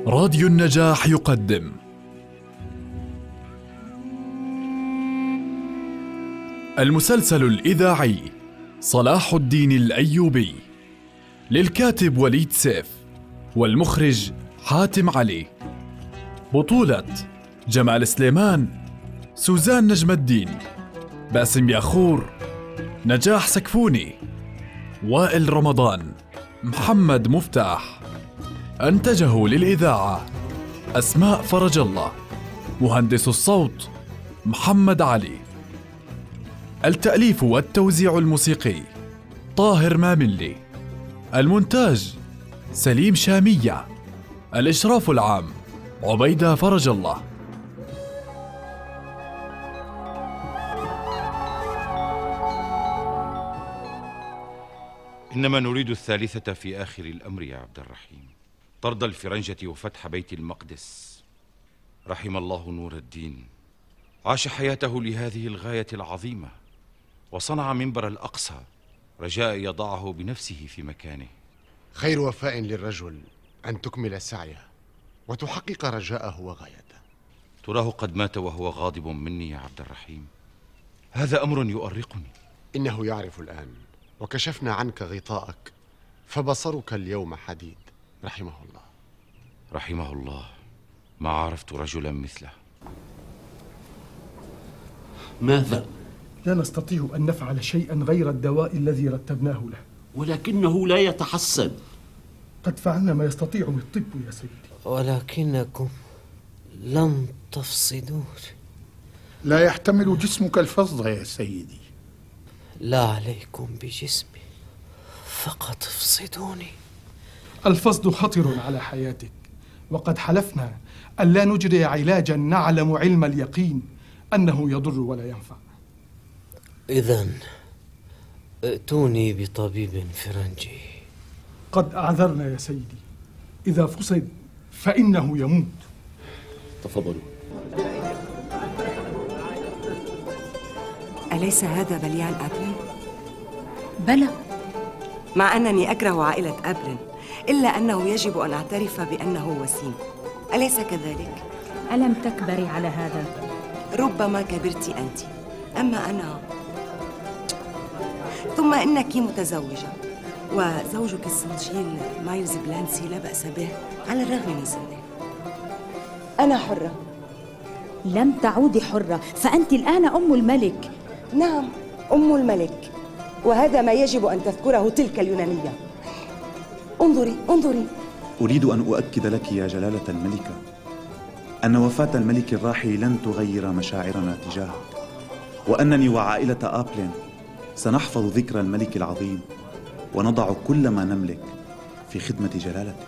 راديو النجاح يقدم المسلسل الإذاعي صلاح الدين الأيوبي للكاتب وليد سيف والمخرج حاتم علي. بطولة جمال سليمان، سوزان نجم الدين، باسم ياخور، نجاح سكفوني، وائل رمضان، محمد مفتاح. أنتجه للإذاعة أسماء فرج الله. مهندس الصوت محمد علي. التأليف والتوزيع الموسيقي طاهر ماملي. المونتاج سليم شامية. الإشراف العام عبيدة فرج الله. إنما نريد الثالثة في آخر الأمر يا عبد الرحيم، طرد الفرنجة وفتح بيت المقدس. رحم الله نور الدين، عاش حياته لهذه الغاية العظيمة، وصنع منبر الأقصى رجاء يضعه بنفسه في مكانه. خير وفاء للرجل أن تكمل سعيه وتحقق رجاءه وغايته. تراه قد مات وهو غاضب مني يا عبد الرحيم، هذا أمر يؤرقني. إنه يعرف الآن، وكشفنا عنك غطاءك فبصرك اليوم حديد. رحمه الله. رحمه الله، ما عرفت رجلا مثله. ماذا؟ لا نستطيع أن نفعل شيئا غير الدواء الذي رتبناه له، ولكنه لا يتحسن. قد فعلنا ما يستطيع الطب يا سيدي، ولكنكم لم تفصدون. لا يحتمل جسمك الفصد يا سيدي. لا عليكم بجسمي، فقط افصدوني. الفصد خطر على حياتك، وقد حلفنا أن لا نجري علاجا نعلم علم اليقين أنه يضر ولا ينفع. إذن ائتوني بطبيب فرنجي. قد أعذرنا يا سيدي، إذا فصد فإنه يموت. تفضلوا. أليس هذا بليان أبلن؟ بلى، مع أنني أكره عائلة أبلن، إلا أنه يجب أن أعترف بأنه وسيم، أليس كذلك؟ ألم تكبري على هذا؟ ربما كبرت أنت، أما أنا. ثم إنك متزوجة، وزوجك السنجيل مايلز بلانسي لا بأس به على الرغم من سنه. أنا حرة. لم تعودي حرة، فأنت الآن أم الملك. نعم، أم الملك، وهذا ما يجب أن تذكره تلك اليونانية. انظري انظري. أريد أن أؤكد لك يا جلالة الملكة أن وفاة الملك الراحل لن تغير مشاعرنا تجاهك، وأنني وعائلة آبلين سنحفظ ذكرى الملك العظيم ونضع كل ما نملك في خدمة جلالتك.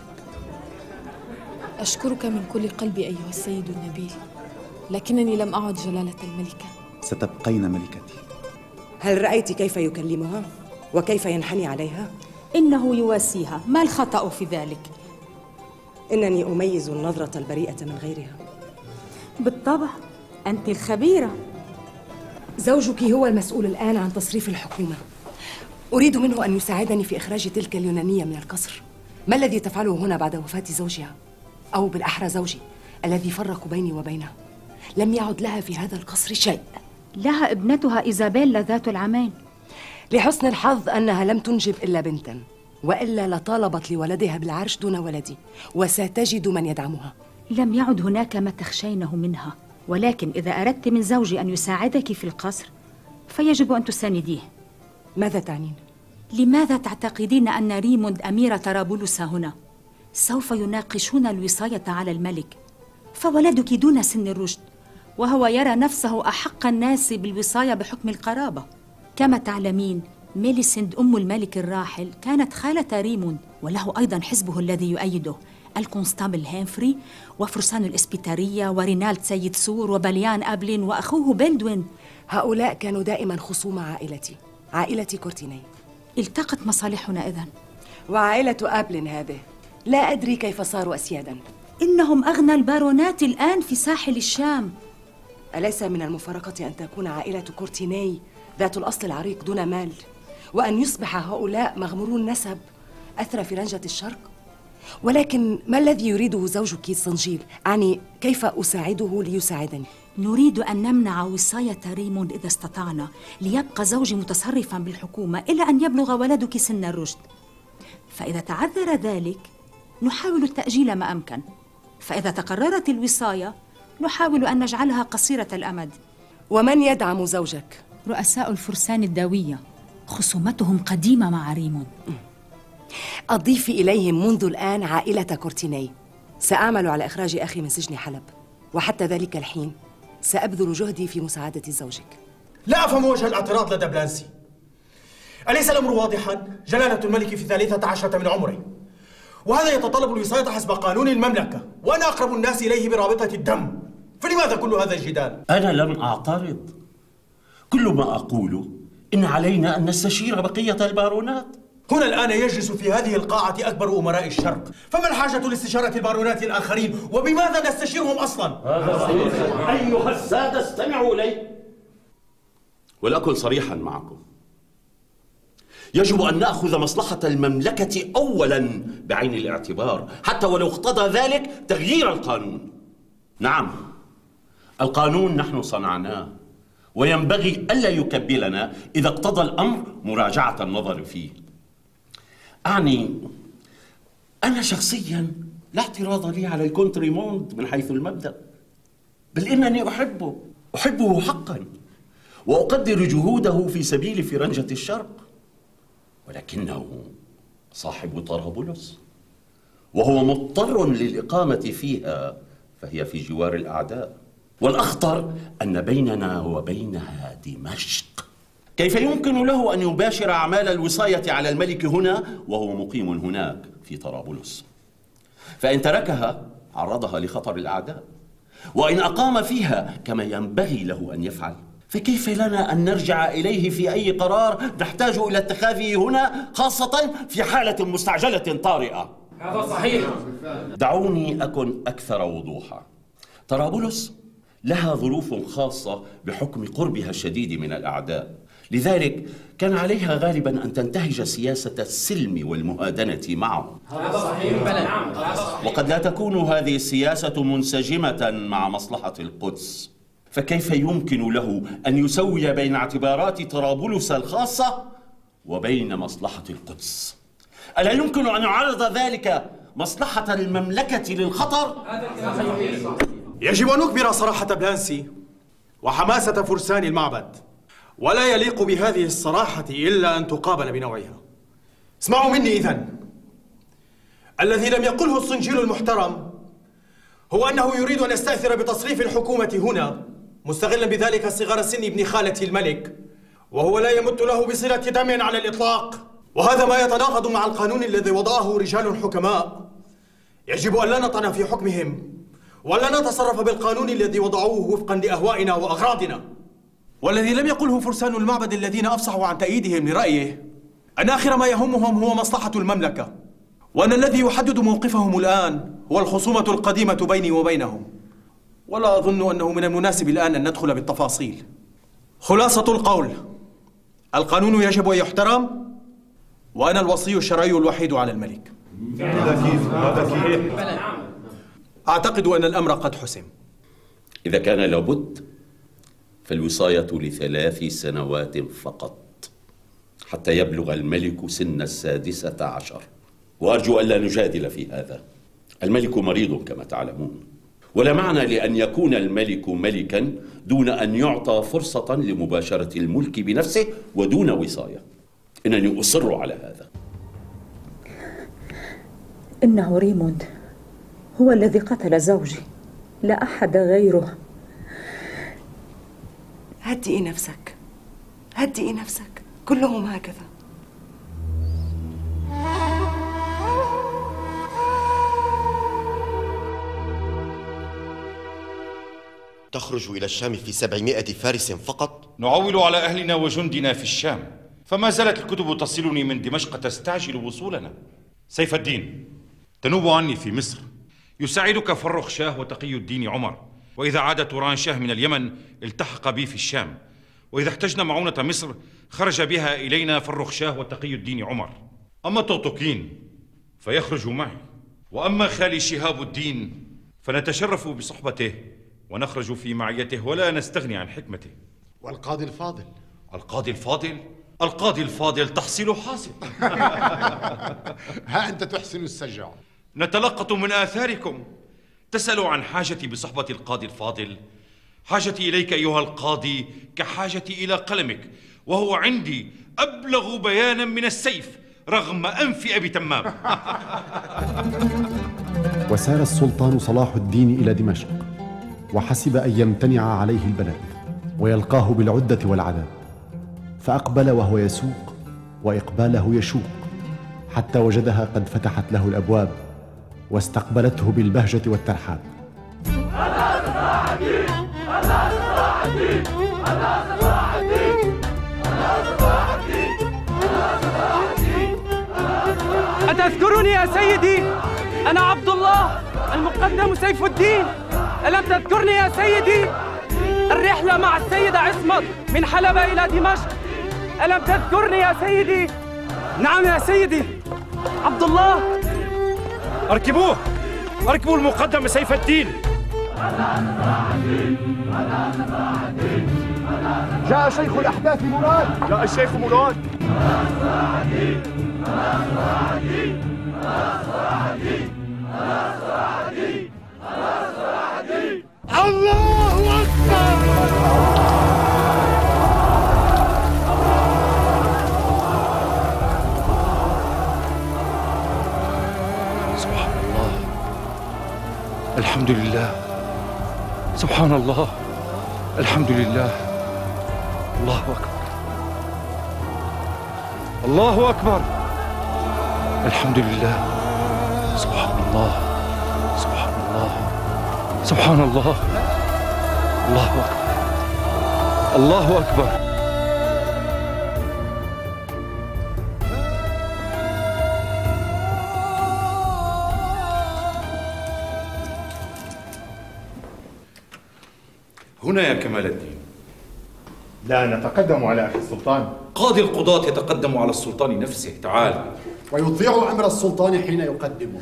أشكرك من كل قلبي أيها السيد النبيل، لكنني لم أعد جلالة الملكة. ستبقين ملكتي. هل رأيت كيف يكلمها وكيف ينحني عليها؟ إنه يواسيها، ما الخطأ في ذلك؟ إنني أميز النظرة البريئة من غيرها. بالطبع، أنت الخبيرة. زوجك هو المسؤول الآن عن تصريف الحكومة. أريد منه أن يساعدني في إخراج تلك اليونانية من القصر. ما الذي تفعله هنا بعد وفاة زوجها؟ أو بالأحرى زوجي الذي فرق بيني وبينها. لم يعد لها في هذا القصر شيء. لها ابنتها إيزابيلا ذات العامين. لحسن الحظ أنها لم تنجب إلا بنتا، وإلا لطالبت لولدها بالعرش دون ولدي، وستجد من يدعمها. لم يعد هناك ما تخشينه منها، ولكن إذا أردت من زوجي أن يساعدك في القصر فيجب أن تسانديه. ماذا تعنين؟ لماذا تعتقدين أن ريموند أمير طرابلس هنا سوف يناقشون الوصاية على الملك؟ فولدك دون سن الرشد، وهو يرى نفسه أحق الناس بالوصاية بحكم القرابة. كما تعلمين، ميليسند أم الملك الراحل كانت خالة ريموند، وله أيضا حزبه الذي يؤيده، الكونستابل هينفري وفرسان الإسبيتارية ورينالد سيد سور وبليان أبلين وأخوه بلدوين. هؤلاء كانوا دائما خصوم عائلتي، عائلة كورتيني. التقت مصالحنا إذن. وعائلة أبلين هذه لا أدري كيف صاروا أسيادا. إنهم أغنى البارونات الآن في ساحل الشام. أليس من المفارقة أن تكون عائلة كورتيني ذات الأصل العريق دون مال، وأن يصبح هؤلاء مغمورون نسب أثر فرنجة الشرق؟ ولكن ما الذي يريده زوجك صنجيل؟ أعني كيف أساعده ليساعدني؟ نريد أن نمنع وصاية ريموند إذا استطعنا، ليبقى زوجي متصرفا بالحكومة إلى أن يبلغ ولدك سن الرشد. فإذا تعذر ذلك نحاول التأجيل ما أمكن، فإذا تقررت الوصاية نحاول أن نجعلها قصيرة الأمد. ومن يدعم زوجك؟ رؤساء الفرسان الداوية، خصومتهم قديمة مع ريموند. أضيفي إليهم منذ الآن عائلة كورتيني. سأعمل على إخراج أخي من سجن حلب، وحتى ذلك الحين سأبذل جهدي في مساعدة زوجك. لا أفهم وجه الاعتراض لدى بلانسي. أليس الأمر واضحا؟ جلالة الملك في 13 من عمره، وهذا يتطلب الوصاية حسب قانون المملكة، وأنا أقرب الناس إليه برابطة الدم، فلماذا كل هذا الجدال؟ أنا لم أعترض. كل ما أقوله إن علينا أن نستشير بقية البارونات. هنا الآن يجلس في هذه القاعة أكبر أمراء الشرق، فما الحاجة لاستشارة البارونات الآخرين؟ وبماذا نستشيرهم أصلا؟ أيها السادة استمعوا إلي ولأكن صريحا معكم. يجب أن نأخذ مصلحة المملكة أولا بعين الاعتبار، حتى ولو اقتضى ذلك تغيير القانون. نعم، القانون نحن صنعناه، وينبغي ألا يكبلنا إذا اقتضى الأمر مراجعة النظر فيه. أعني أنا شخصيا لا اعتراض لي على الكونت ريموند من حيث المبدأ، بل إنني أحبه حقا، وأقدر جهوده في سبيل فرنجة الشرق، ولكنه صاحب طرابلس، وهو مضطر للإقامة فيها، فهي في جوار الأعداء، والأخطر أن بيننا وبينها دمشق. كيف يمكن له أن يباشر أعمال الوصاية على الملك هنا وهو مقيم هناك في طرابلس؟ فإن تركها عرضها لخطر الأعداء، وإن أقام فيها كما ينبغي له أن يفعل، فكيف لنا أن نرجع إليه في أي قرار نحتاج إلى اتخاذه هنا، خاصة في حالة مستعجلة طارئة؟ هذا صحيح. دعوني أكن أكثر وضوحا. طرابلس لها ظروف خاصة بحكم قربها الشديد من الأعداء، لذلك كان عليها غالبا أن تنتهج سياسة السلم والمهادنة معهم. هذا صحيح. وقد لا تكون هذه السياسة منسجمة مع مصلحة القدس، فكيف يمكن له أن يسوي بين اعتبارات طرابلس الخاصة وبين مصلحة القدس؟ ألا يمكن أن يعرض ذلك مصلحة المملكة للخطر؟ يجب أن نكبر صراحة بلانسي وحماسة فرسان المعبد، ولا يليق بهذه الصراحة إلا أن تقابل بنوعها. اسمعوا مني إذن. الذي لم يقله الصنجيل المحترم هو أنه يريد أن يستأثر بتصريف الحكومة هنا، مستغلا بذلك صغر سن ابن خالة الملك، وهو لا يمت له بصلة دم على الإطلاق، وهذا ما يتناقض مع القانون الذي وضعه رجال حكماء. يجب أن لا نطعن في حكمهم، ولا نتصرف بالقانون الذي وضعوه وفقا لأهوائنا وأغراضنا. والذي لم يقله فرسان المعبد الذين أفصحوا عن تأييدهم لرأيه أن آخر ما يهمهم هو مصلحة المملكة، وأن الذي يحدد موقفهم الآن هو الخصومة القديمة بيني وبينهم، ولا أظن أنه من المناسب الآن أن ندخل بالتفاصيل. خلاصة القول: القانون يجب أن يحترم، وأنا الوصي الشرعي الوحيد على الملك. أعتقد أن الأمر قد حسم. إذا كان لابد فالوصاية ل3 سنوات فقط، حتى يبلغ الملك سن 16، وأرجو ألا نجادل في هذا. الملك مريض كما تعلمون، ولا معنى لأن يكون الملك ملكا دون أن يعطى فرصة لمباشرة الملك بنفسه ودون وصاية. إنني أصر على هذا. إنه ريموند هو الذي قتل زوجي، لا أحد غيره. هدئي نفسك، هدئي نفسك، كلهم هكذا. تخرج إلى الشام في 700 فارس فقط؟ نعول على أهلنا وجندنا في الشام، فما زالت الكتب تصلني من دمشق تستعجل وصولنا. سيف الدين، تنوب عني في مصر، يساعدك فرخ شاه وتقي الدين عمر، وإذا عاد توران شاه من اليمن التحق بي في الشام، وإذا احتجنا معونة مصر خرج بها إلينا فرخ شاه وتقي الدين عمر. أما طوطوكين فيخرج معي، وأما خالي شهاب الدين فنتشرف بصحبته ونخرج في معيته ولا نستغني عن حكمته. والقاضي الفاضل؟ القاضي الفاضل؟ القاضي الفاضل تحصيل حاصل. ها أنت تحسن السجع. نتلقط من آثاركم. تسألوا عن حاجتي بصحبة القاضي الفاضل. حاجتي إليك أيها القاضي كحاجتي إلى قلمك، وهو عندي أبلغ بيانا من السيف رغم أنف أبي تمام. وسار السلطان صلاح الدين إلى دمشق، وحسب أن يمتنع عليه البلد ويلقاه بالعدة والعدد، فأقبل وهو يسوق وإقباله يشوق، حتى وجدها قد فتحت له الأبواب واستقبلته بالبهجة والترحاب. أتذكرني يا سيدي؟ أنا عبد الله المقدم سيف الدين. ألم تذكرني يا سيدي؟ الرحلة مع السيدة عصمت من حلب إلى دمشق. ألم تذكرني يا سيدي؟ نعم يا سيدي عبد الله. أركبوه، أركبوا المقدم سيف الدين. جاء شيخ الأحداث مراد. جاء الشيخ مراد. الله أكبر. سبحان الله، الحمد لله، سبحان الله، الحمد لله، الله أكبر، الله أكبر، الحمد لله، سبحان الله، سبحان الله، سبحان الله، الله أكبر، الله أكبر. هنا يا كمال الدين. لا نتقدم على أخي السلطان. قاضي القضاة يتقدم على السلطان نفسه. تعال. ويطيع أمر السلطان حين يقدمه.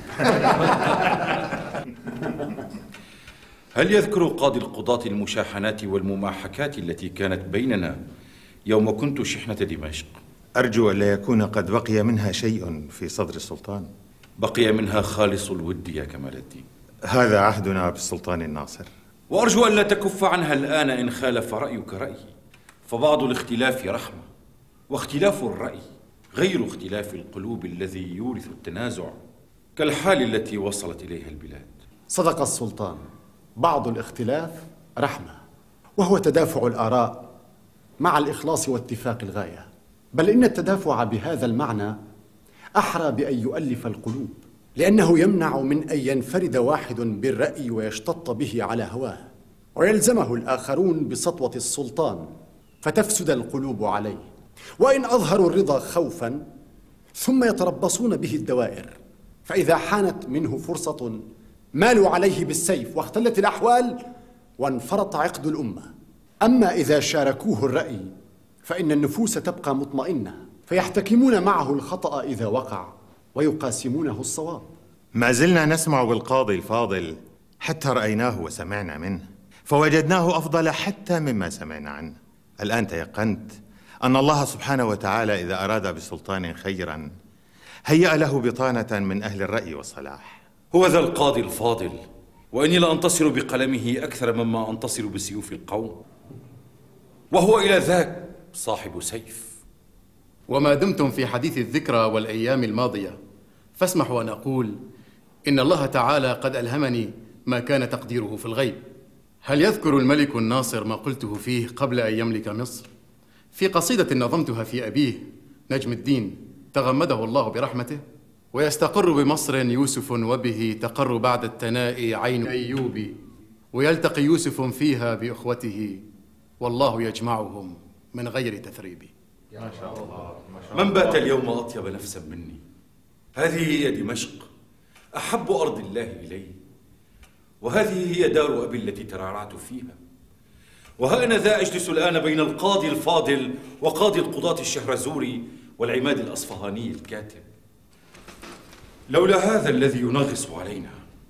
هل يذكر قاضي القضاة المشاحنات والمماحكات التي كانت بيننا يوم كنت شحنة دمشق؟ أرجو أن لا يكون قد بقي منها شيء في صدر السلطان. بقي منها خالص الود يا كمال الدين. هذا عهدنا بالسلطان الناصر، وأرجو أن لا تكف عنها الآن إن خالف رأيك رأيي، فبعض الاختلاف رحمة، واختلاف الرأي غير اختلاف القلوب الذي يورث التنازع كالحال التي وصلت إليها البلاد. صدق السلطان، بعض الاختلاف رحمة، وهو تدافع الآراء مع الإخلاص واتفاق الغاية، بل إن التدافع بهذا المعنى أحرى بأن يؤلف القلوب، لأنه يمنع من أن ينفرد واحد بالرأي ويشتط به على هواه، ويلزمه الآخرون بسطوة السلطان فتفسد القلوب عليه، وإن أظهروا الرضا خوفا ثم يتربصون به الدوائر، فإذا حانت منه فرصة مالوا عليه بالسيف واختلت الأحوال وانفرط عقد الأمة. أما إذا شاركوه الرأي فإن النفوس تبقى مطمئنة، فيحتكمون معه الخطأ إذا وقع ويقاسمونه الصواب. ما زلنا نسمع بالقاضي الفاضل حتى رأيناه وسمعنا منه، فوجدناه أفضل حتى مما سمعنا عنه. الآن تيقنت أن الله سبحانه وتعالى إذا أراد بسلطان خيرا هيأ له بطانة من أهل الرأي والصلاح. هو ذا القاضي الفاضل، وإني لأنتصر بقلمه أكثر مما أنتصر بسيوف القوم، وهو إلى ذاك صاحب سيف. وما دمتم في حديث الذكرى والأيام الماضية، فاسمحوا أن أقول إن الله تعالى قد ألهمني ما كان تقديره في الغيب. هل يذكر الملك الناصر ما قلته فيه قبل أن يملك مصر؟ في قصيدة نظمتها في أبيه نجم الدين تغمده الله برحمته: ويستقر بمصر يوسف وبه تقر بعد التناء عين أيوب، ويلتقي يوسف فيها بأخوته والله يجمعهم من غير تثريب. ما شاء الله. من بات اليوم أطيب نفسا مني؟ هذه هي دمشق، أحب أرض الله إلي، وهذه هي دار أبي التي ترعرعت فيها، وها أنا ذا أجلس الآن بين القاضي الفاضل وقاضي القضاة الشهرزوري والعماد الأصفهاني الكاتب. لولا هذا الذي ينغص علينا،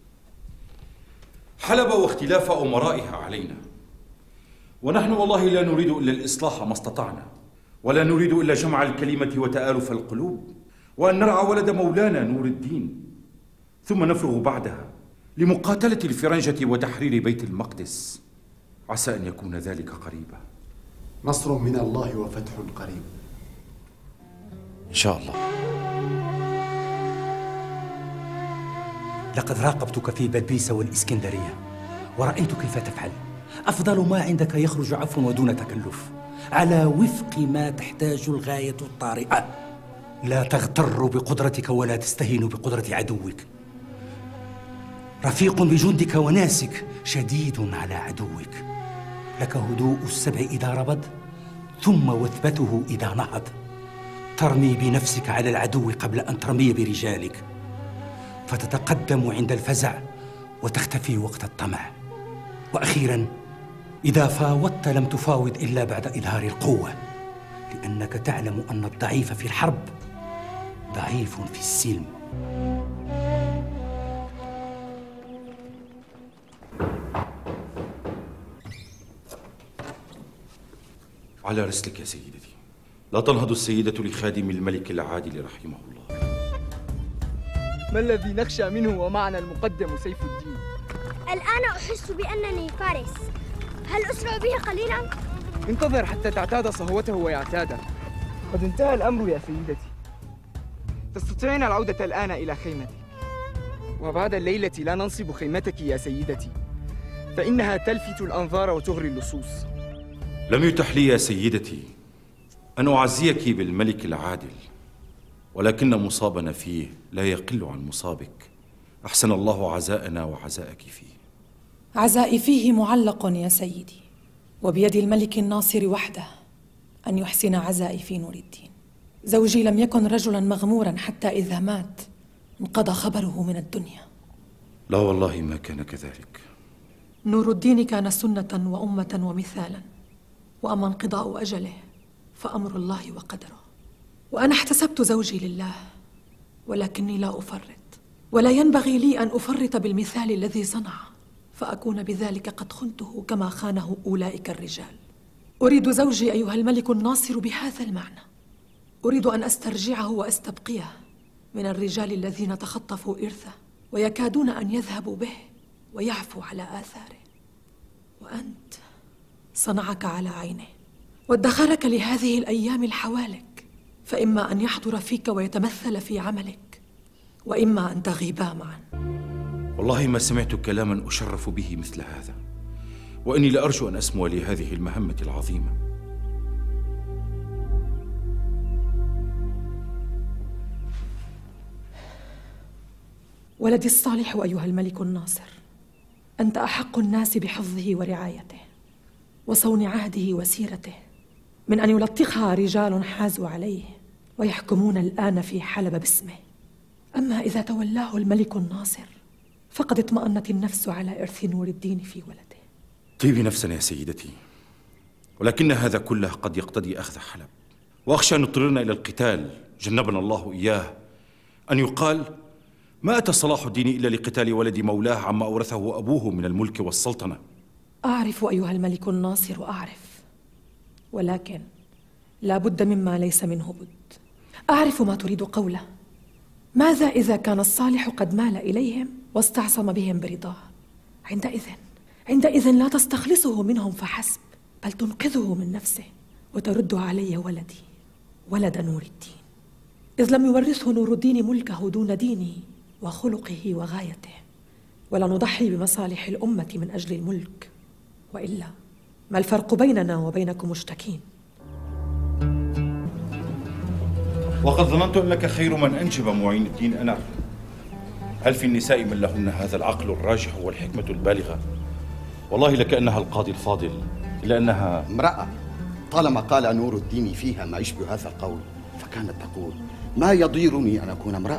حلب واختلاف أمرائها علينا، ونحن والله لا نريد إلا الإصلاح ما استطعنا، ولا نريد إلا جمع الكلمة وتآلف القلوب، وأن نرعى ولد مولانا نور الدين، ثم نفرغ بعدها لمقاتلة الفرنجة وتحرير بيت المقدس. عسى أن يكون ذلك قريبا. نصر من الله وفتح قريب إن شاء الله. لقد راقبتك في بلبيس والإسكندرية ورأيت كيف تفعل. أفضل ما عندك يخرج عفوا ودون تكلف، على وفق ما تحتاج الغاية الطارئة. لا تغتر بقدرتك ولا تستهين بقدرة عدوك. رفيق بجندك وناسك، شديد على عدوك. لك هدوء السبع إذا ربض، ثم وثبته إذا نهض. ترمي بنفسك على العدو قبل أن ترمي برجالك، فتتقدم عند الفزع وتختفي وقت الطمع. وأخيراً، إذا فاوضت لم تفاوض إلا بعد إظهار القوة، لأنك تعلم أن الضعيف في الحرب ضعيف في السلم. على رسلك يا سيدتي. لا تنهض السيدة لخادم الملك العادل رحمه الله. ما الذي نخشى منه ومعنا المقدم سيف الدين؟ الآن أحس بأنني فارس. هل أسرع به قليلا؟ انتظر حتى تعتاد صهوته ويعتادك. قد انتهى الأمر يا سيدتي. تستطيعين العودة الآن إلى خيمتك، وبعد الليلة لا ننصب خيمتك يا سيدتي، فإنها تلفت الأنظار وتغري اللصوص. لم يتح لي يا سيدتي أن أعزيك بالملك العادل، ولكن مصابنا فيه لا يقل عن مصابك. أحسن الله عزاءنا وعزاءك فيه. عزائي فيه معلق يا سيدي، وبيد الملك الناصر وحده أن يحسن عزائي في نور الدين. زوجي لم يكن رجلا مغمورا حتى إذا مات انقضى خبره من الدنيا. لا والله ما كان كذلك. نور الدين كان سنة وأمة ومثالا، وأما انقضاء أجله فأمر الله وقدره. وأنا احتسبت زوجي لله، ولكني لا أفرط، ولا ينبغي لي أن أفرط بالمثال الذي صنع، فأكون بذلك قد خنته كما خانه أولئك الرجال. أريد زوجي أيها الملك الناصر بهذا المعنى. أريد أن أسترجعه وأستبقيه من الرجال الذين تخطفوا إرثه ويكادون أن يذهبوا به ويعفو على آثاره. وأنت صنعك على عينه وادخرك لهذه الأيام الحوالك، فإما أن يحضر فيك ويتمثل في عملك، وإما أن تغيبا معا. والله ما سمعت كلاما أشرف به مثل هذا، وإني لأرجو أن أسمو لهذه المهمة العظيمة. ولدي الصالح أيها الملك الناصر، أنت أحق الناس بحفظه ورعايته وصون عهده وسيرته من أن يلطخها رجال حازوا عليه ويحكمون الآن في حلب باسمه. أما إذا تولاه الملك الناصر فقد اطمأنت النفس على إرث نور الدين في ولده. طيبي نفسا يا سيدتي، ولكن هذا كله قد يقتضي أخذ حلب، وأخشى أن يضطرنا إلى القتال جنبنا الله إياه، أن يقال ما أتى صلاح الدين إلا لقتال ولد مولاه عما أورثه أبوه من الملك والسلطنة. أعرف أيها الملك الناصر، أعرف، ولكن لا بد مما ليس منه بد. أعرف ما تريد قوله. ماذا إذا كان الصالح قد مال إليهم واستعصم بهم برضاه؟ عندئذ لا تستخلصه منهم فحسب، بل تنقذه من نفسه وترد علي ولدي، ولد نور الدين، إذ لم يورثه نور الدين ملكه دون دينه وخلقه وغايته. ولا نضحي بمصالح الأمة من أجل الملك، وإلا ما الفرق بيننا وبينكم مشتكين؟ وقد ظننت أنك خير من أنجب معين الدين أنا. هل في النساء من لهن هذا العقل الراجح والحكمة البالغة؟ والله لكأنها القاضي الفاضل، إلا أنها امرأة. طالما قال نور الدين فيها ما يشبه هذا القول، فكانت تقول ما يضيرني أن أكون امرأة.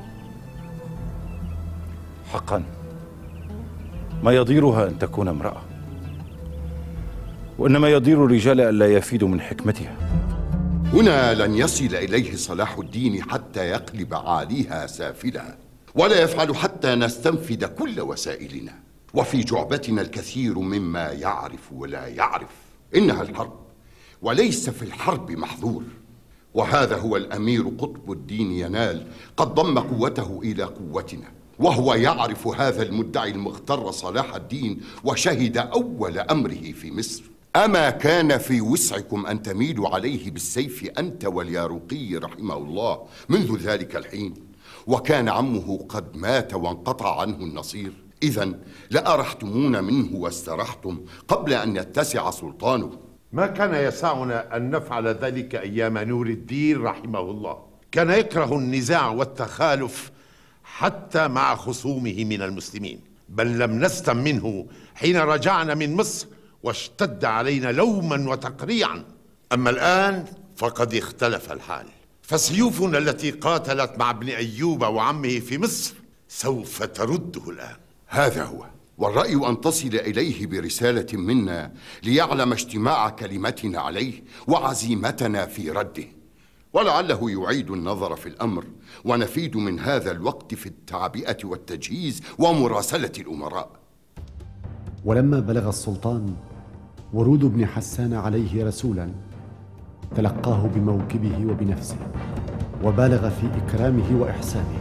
حقا ما يضيرها أن تكون امرأة، وإنما يضير الرجال ألا يفيدوا من حكمتها. هنا لن يصل إليه صلاح الدين حتى يقلب عاليها سافلها، ولا يفعل حتى نستنفد كل وسائلنا. وفي جعبتنا الكثير مما يعرف ولا يعرف. إنها الحرب، وليس في الحرب محظور. وهذا هو الأمير قطب الدين ينال، قد ضم قوته إلى قوتنا، وهو يعرف هذا المدعي المغتر صلاح الدين، وشهد أول أمره في مصر. أما كان في وسعكم أن تميلوا عليه بالسيف أنت والياروقي رحمه الله منذ ذلك الحين، وكان عمه قد مات وانقطع عنه النصير؟ إذن لأرحتمون منه واسترحتم قبل أن يتسع سلطانه. ما كان يسعنا أن نفعل ذلك أيام نور الدين رحمه الله. كان يكره النزاع والتخالف حتى مع خصومه من المسلمين، بل لم نستم منه حين رجعنا من مصر واشتد علينا لوما وتقريعا. أما الآن فقد اختلف الحال، فسيوفنا التي قاتلت مع ابن أيوب وعمه في مصر سوف ترده الآن. هذا هو، والرأي أن تصل إليه برسالة منا ليعلم اجتماع كلمتنا عليه وعزيمتنا في رده، ولعله يعيد النظر في الأمر، ونفيد من هذا الوقت في التعبئة والتجهيز ومراسلة الأمراء. ولما بلغ السلطان ورود ابن حسان عليه رسولا، تلقاه بموكبه وبنفسه، وبالغ في إكرامه وإحسانه.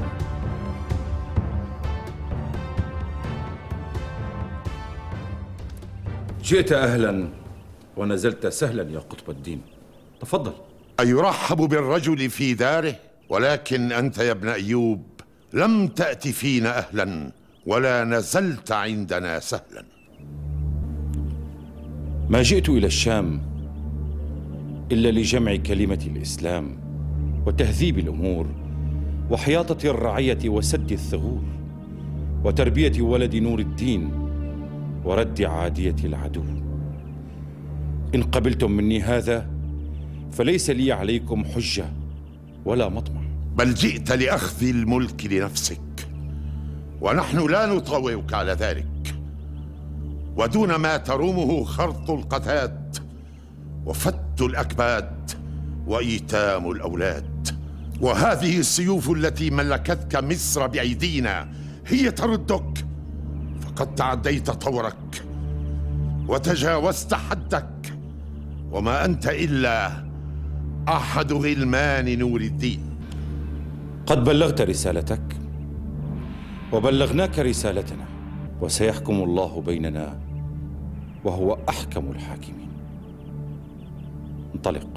جئت أهلا ونزلت سهلا يا قطب الدين، تفضل. أيرحب بالرجل في داره؟ ولكن أنت يا ابن أيوب لم تأت فينا أهلا، ولا نزلت عندنا سهلا. ما جئت إلى الشام إلا لجمع كلمة الإسلام وتهذيب الأمور وحياطة الرعية وسد الثغور وتربية ولد نور الدين ورد عادية العدو. إن قبلتم مني هذا فليس لي عليكم حجة ولا مطمع، بل جئت لأخذ الملك لنفسك، ونحن لا نطاوعك على ذلك. ودون ما ترومه خرط القتاد وفت الأكباد وإيتام الأولاد. وهذه السيوف التي ملكتك مصر بأيدينا هي تردك، فقد تعديت طورك وتجاوزت حدك، وما أنت إلا أحد غلمان نور الدين. قد بلغت رسالتك وبلغناك رسالتنا، وسيحكم الله بيننا وهو أحكم الحاكمين. انطلق.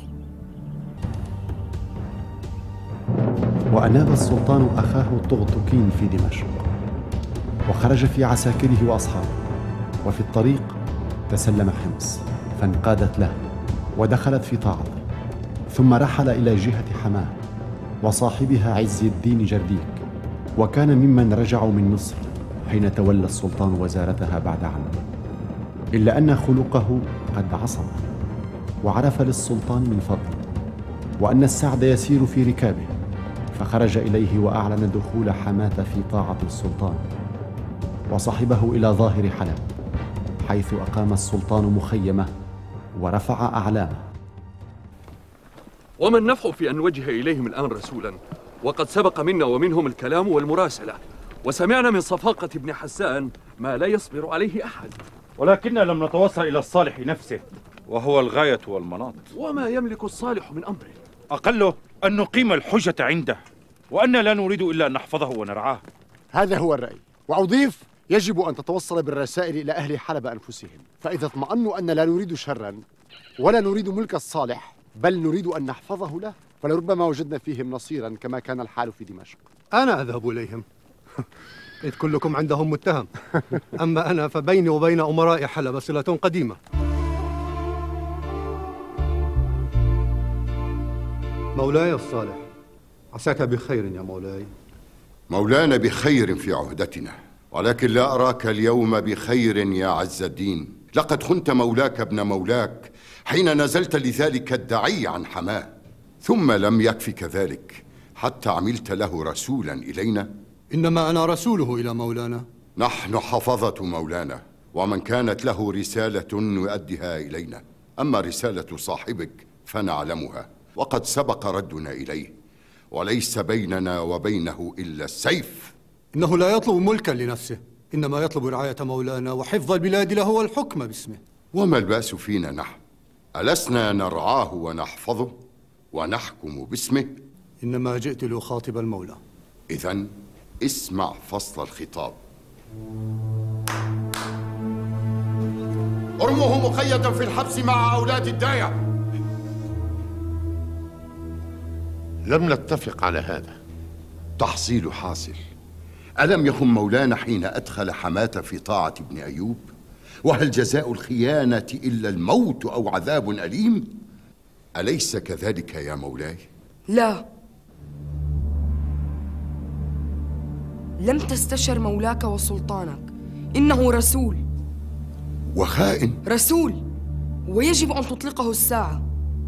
وأناب السلطان أخاه طغطكين في دمشق، وخرج في عساكره وأصحابه، وفي الطريق تسلم حمص فانقادت له ودخلت في طاعته، ثم رحل إلى جهة حماه وصاحبها عز الدين جرديك، وكان ممن رجعوا من مصر حين تولى السلطان وزارتها بعد عام، إلا أن خلقه قد عصم وعرف للسلطان من فضل، وأن السعد يسير في ركابه، فخرج إليه وأعلن دخول حماة في طاعة السلطان، وصحبه إلى ظاهر حلب، حيث أقام السلطان مخيمه ورفع أعلامه. وما النفع في أن نوجه إليهم الآن رسولا، وقد سبق منا ومنهم الكلام والمراسلة، وسمعنا من صفاقة ابن حسان ما لا يصبر عليه أحد، ولكننا لم نتوصل إلى الصالح نفسه، وهو الغاية والمناط. وما يملك الصالح من أمره أقله أن نقيم الحجة عنده، وأن لا نريد إلا أن نحفظه ونرعاه. هذا هو الرأي. وأضيف: يجب أن تتوصل بالرسائل إلى أهل حلب أنفسهم، فإذا اطمأنوا أن لا نريد شرا ولا نريد ملك الصالح، بل نريد أن نحفظه له، فلربما وجدنا فيهم نصيرا كما كان الحال في دمشق. أنا أذهب إليهم إذ كلكم عندهم متهم، أما أنا فبيني وبين أمراء حلب صلة قديمة. مولاي الصالح، عساك بخير يا مولاي. مولانا بخير في عهدتنا، ولكن لا أراك اليوم بخير يا عز الدين. لقد خنت مولاك ابن مولاك حين نزلت لذلك الدعي عن حماه، ثم لم يكفك ذلك حتى عملت له رسولا إلينا. إنما أنا رسوله إلى مولانا. نحن حفظة مولانا، ومن كانت له رسالة يؤديها إلينا. أما رسالة صاحبك فنعلمها، وقد سبق ردنا إليه، وليس بيننا وبينه إلا السيف. إنه لا يطلب ملكا لنفسه، إنما يطلب رعاية مولانا وحفظ البلاد له والحكم باسمه. وما الباس فينا نحن؟ ألسنا نرعاه ونحفظه ونحكم باسمه؟ إنما جئت لأخاطب المولى. إذن اسمع فصل الخطاب. ارموه مقيدا في الحبس مع أولاد الداية. لم نتفق على هذا. تحصيل حاصل. ألم يخن مولانا حين أدخل حماة في طاعة ابن أيوب؟ وهل جزاء الخيانة إلا الموت أو عذاب أليم؟ أليس كذلك يا مولاي؟ لا، لم تستشر مولاك وسلطانك، إنه رسول وخائن. رسول، ويجب أن تطلقه الساعة.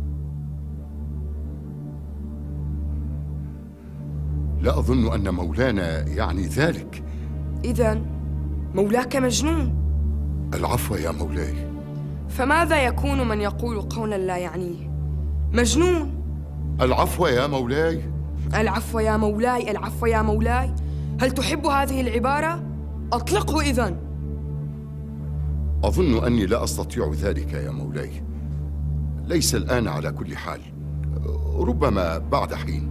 لا أظن أن مولانا يعني ذلك. إذن مولاك مجنون. العفو يا مولاي. فماذا يكون من يقول قولا لا يعنيه؟ مجنون. العفو يا مولاي. العفو يا مولاي، العفو يا مولاي. هل تحب هذه العبارة؟ أطلقه إذن. أظن أني لا أستطيع ذلك يا مولاي. ليس الآن على كل حال، ربما بعد حين.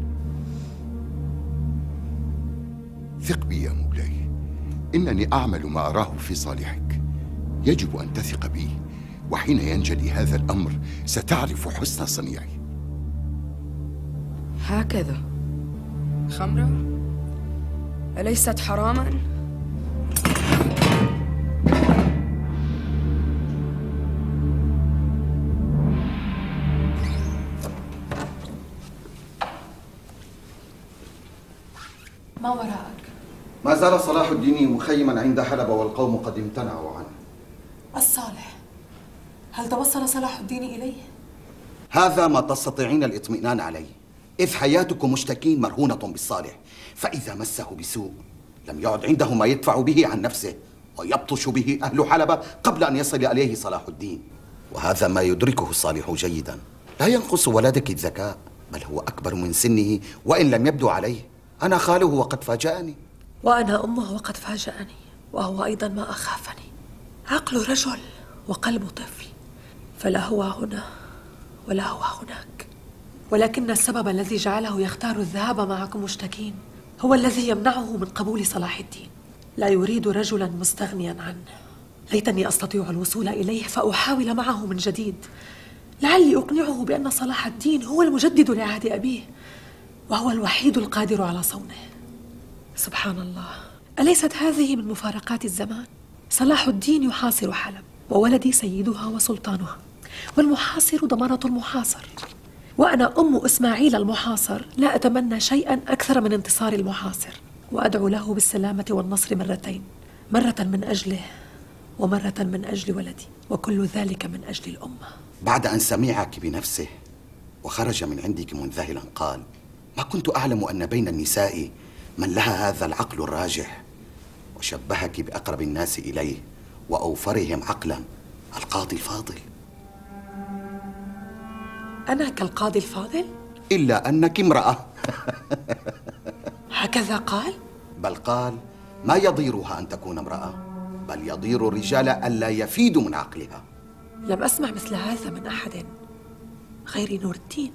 ثق بي يا مولاي، إنني أعمل ما أراه في صالحك. يجب أن تثق بي، وحين ينجلي هذا الأمر ستعرف حسن صنيعي. هكذا خمرة أليست حراما؟ ما وراءك؟ ما زال صلاح الدين مخيما عند حلب والقوم قد امتنعوا عنه. الصالح، هل توصل صلاح الدين إليه؟ هذا ما تستطيعين الاطمئنان عليه، إذ حياتكم مشتكين مرهونة بالصالح، فإذا مسه بسوء لم يعد عنده ما يدفع به عن نفسه، ويبطش به أهل حلب قبل أن يصل إليه صلاح الدين. وهذا ما يدركه الصالح جيدا. لا ينقص ولدك الذكاء، بل هو أكبر من سنه وإن لم يبدو عليه. أنا خاله وقد فاجأني. وأنا أمه وقد فاجأني، وهو أيضا ما أخافني. عقل رجل وقلب طفل، فلا هو هنا ولا هو هناك. ولكن السبب الذي جعله يختار الذهاب معكم مشتكين هو الذي يمنعه من قبول صلاح الدين. لا يريد رجلا مستغنيا عنه. ليتني أستطيع الوصول إليه فأحاول معه من جديد، لعلي أقنعه بأن صلاح الدين هو المجدد لعهد أبيه، وهو الوحيد القادر على صونه. سبحان الله، أليست هذه من مفارقات الزمان؟ صلاح الدين يحاصر حلب، وولدي سيدها وسلطانها، والمحاصر ضمانة المحاصر. وأنا أم إسماعيل المحاصر لا أتمنى شيئا أكثر من انتصار المحاصر، وأدعو له بالسلامة والنصر مرتين، مرة من أجله ومرة من أجل ولدي، وكل ذلك من أجل الأمة. بعد أن سمعك بنفسه وخرج من عندك منذهلا قال: ما كنت أعلم أن بين النساء من لها هذا العقل الراجح، وشبهك بأقرب الناس إليه وأوفرهم عقلا، القاضي الفاضل. أنا كالقاضي الفاضل؟ إلا أنك امرأة. هكذا قال؟ بل قال: ما يضيرها أن تكون امرأة، بل يضير الرجال ألا يفيدوا من عقلها. لم أسمع مثل هذا من أحد غير نور الدين.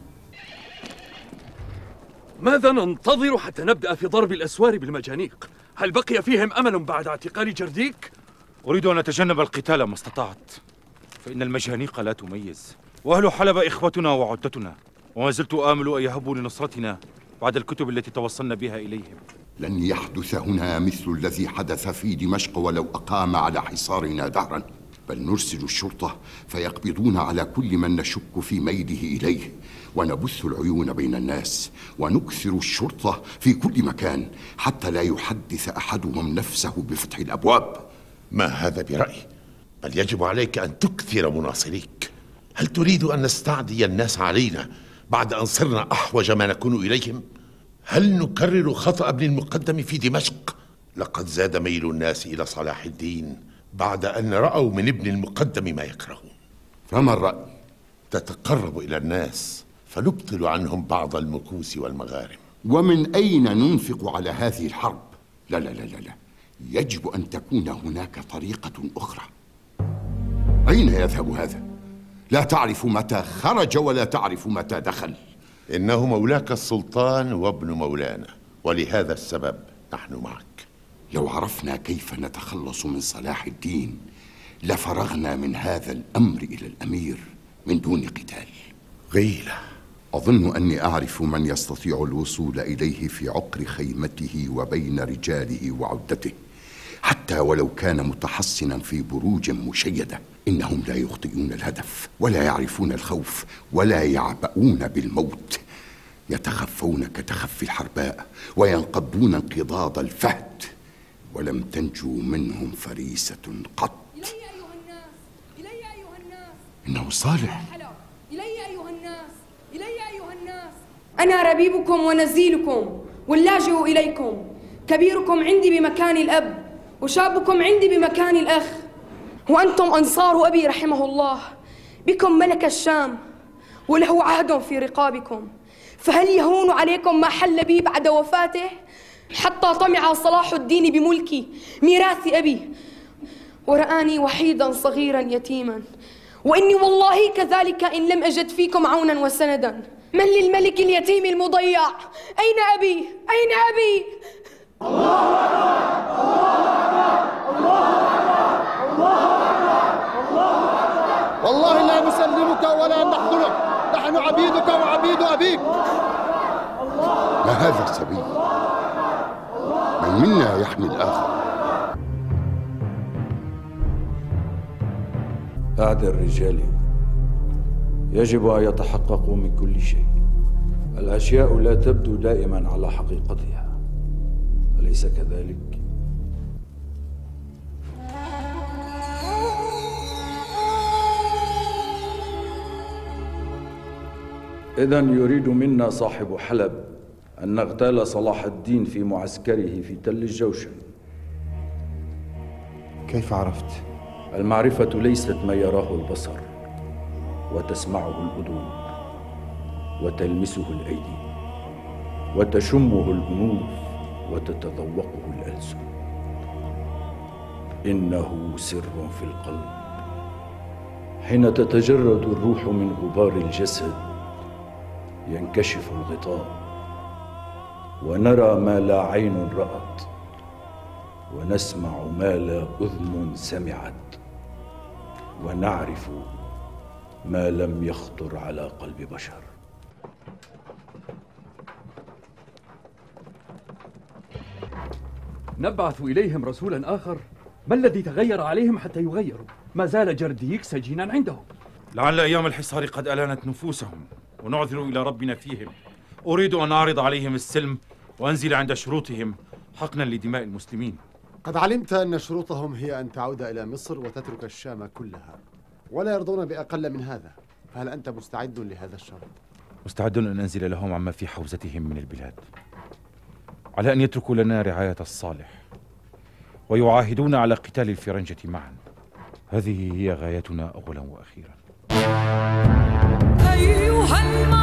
ماذا ننتظر حتى نبدأ في ضرب الأسوار بالمجانيق؟ هل بقي فيهم أمل بعد اعتقال جرديك؟ أريد أن أتجنب القتال ما استطعت، فإن المجانيق لا تميز، وأهل حلب إخوتنا وعدتنا، وما زلت آمل أن يهبوا لنصرتنا بعد الكتب التي توصلنا بها إليهم. لن يحدث هنا مثل الذي حدث في دمشق ولو أقام على حصارنا دهرا، بل نرسل الشرطة فيقبضون على كل من نشك في ميله إليه، ونبث العيون بين الناس، ونكثر الشرطة في كل مكان حتى لا يحدث أحدهم نفسه بفتح الأبواب. ما هذا برأي، بل يجب عليك أن تكثر مناصريك. هل تريد أن نستعدي الناس علينا بعد أن صرنا أحوج ما نكون إليهم؟ هل نكرر خطأ ابن المقدم في دمشق؟ لقد زاد ميل الناس إلى صلاح الدين بعد أن رأوا من ابن المقدم ما يكرهون. فما الرأي؟ تتقرب إلى الناس فنبطل عنهم بعض المكوس والمغارم. ومن أين ننفق على هذه الحرب؟ لا لا لا لا لا، يجب أن تكون هناك طريقة أخرى. أين يذهب هذا؟ لا تعرف متى خرج ولا تعرف متى دخل. إنه مولاك السلطان وابن مولانا، ولهذا السبب نحن معك. لو عرفنا كيف نتخلص من صلاح الدين لفرغنا من هذا الأمر إلى الأمير من دون قتال. غيلة، أظن أني أعرف من يستطيع الوصول إليه في عقر خيمته وبين رجاله وعدته، حتى ولو كان متحصنا في بروج مشيدة. إنهم لا يخطئون الهدف ولا يعرفون الخوف ولا يعبؤون بالموت، يتخفون كتخفي الحرباء وينقضون انقضاض الفهد، ولم تنجو منهم فريسة قط. إلي أيها الناس، إلي أيها الناس، إنه صالح. إلي أيها الناس، إلي أيها الناس، أنا ربيبكم ونزيلكم واللاجئ إليكم، كبيركم عندي بمكان الأب وشابكم عندي بمكان الأخ، وأنتم أنصار أبي رحمه الله، بكم ملك الشام وله عهد في رقابكم، فهل يهون عليكم ما حل بي بعد وفاته؟ حتى طمع صلاح الدين بملكي ميراث أبي ورآني وحيدا صغيرا يتيما، وإني والله كذلك إن لم أجد فيكم عونا وسندا. من للملك اليتيم المضيع؟ أين أبي؟ أين أبي؟ والله لا نسلمك ولا نحضرك، نحن عبيدك وعبيد أبيك. ما هذا السبيل؟ من منا يحمي الآخر؟ أعدى الرجال يجب أن يتحققوا من كل شيء. الأشياء لا تبدو دائما على حقيقتها، أليس كذلك؟ إذن يريد منا صاحب حلب أن نغتال صلاح الدين في معسكره في تل الجوشن. كيف عرفت؟ المعرفة ليست ما يراه البصر وتسمعه الأذن وتلمسه الأيدي وتشمه الأنوف وتتذوقه الألسن. إنه سر في القلب. حين تتجرد الروح من غبار الجسد ينكشف الغطاء ونرى ما لا عين رأت ونسمع ما لا أذن سمعت ونعرف ما لم يخطر على قلب بشر. نبعث إليهم رسولا آخر؟ ما الذي تغير عليهم حتى يغيروا؟ ما زال جرديك سجينا عندهم. لعل أيام الحصار قد ألانت نفوسهم، ونعذر إلى ربنا فيهم. أريد أن أعرض عليهم السلم وأنزل عند شروطهم حقنا لدماء المسلمين. قد علمت أن شروطهم هي أن تعود إلى مصر وتترك الشام كلها، ولا يرضون بأقل من هذا، فهل أنت مستعد لهذا الشرط؟ مستعد أن أنزل لهم عما في حوزتهم من البلاد، على أن يتركوا لنا رعاية الصالح ويعاهدون على قتال الفرنجة معا. هذه هي غايتنا أولا وأخيرا. أيها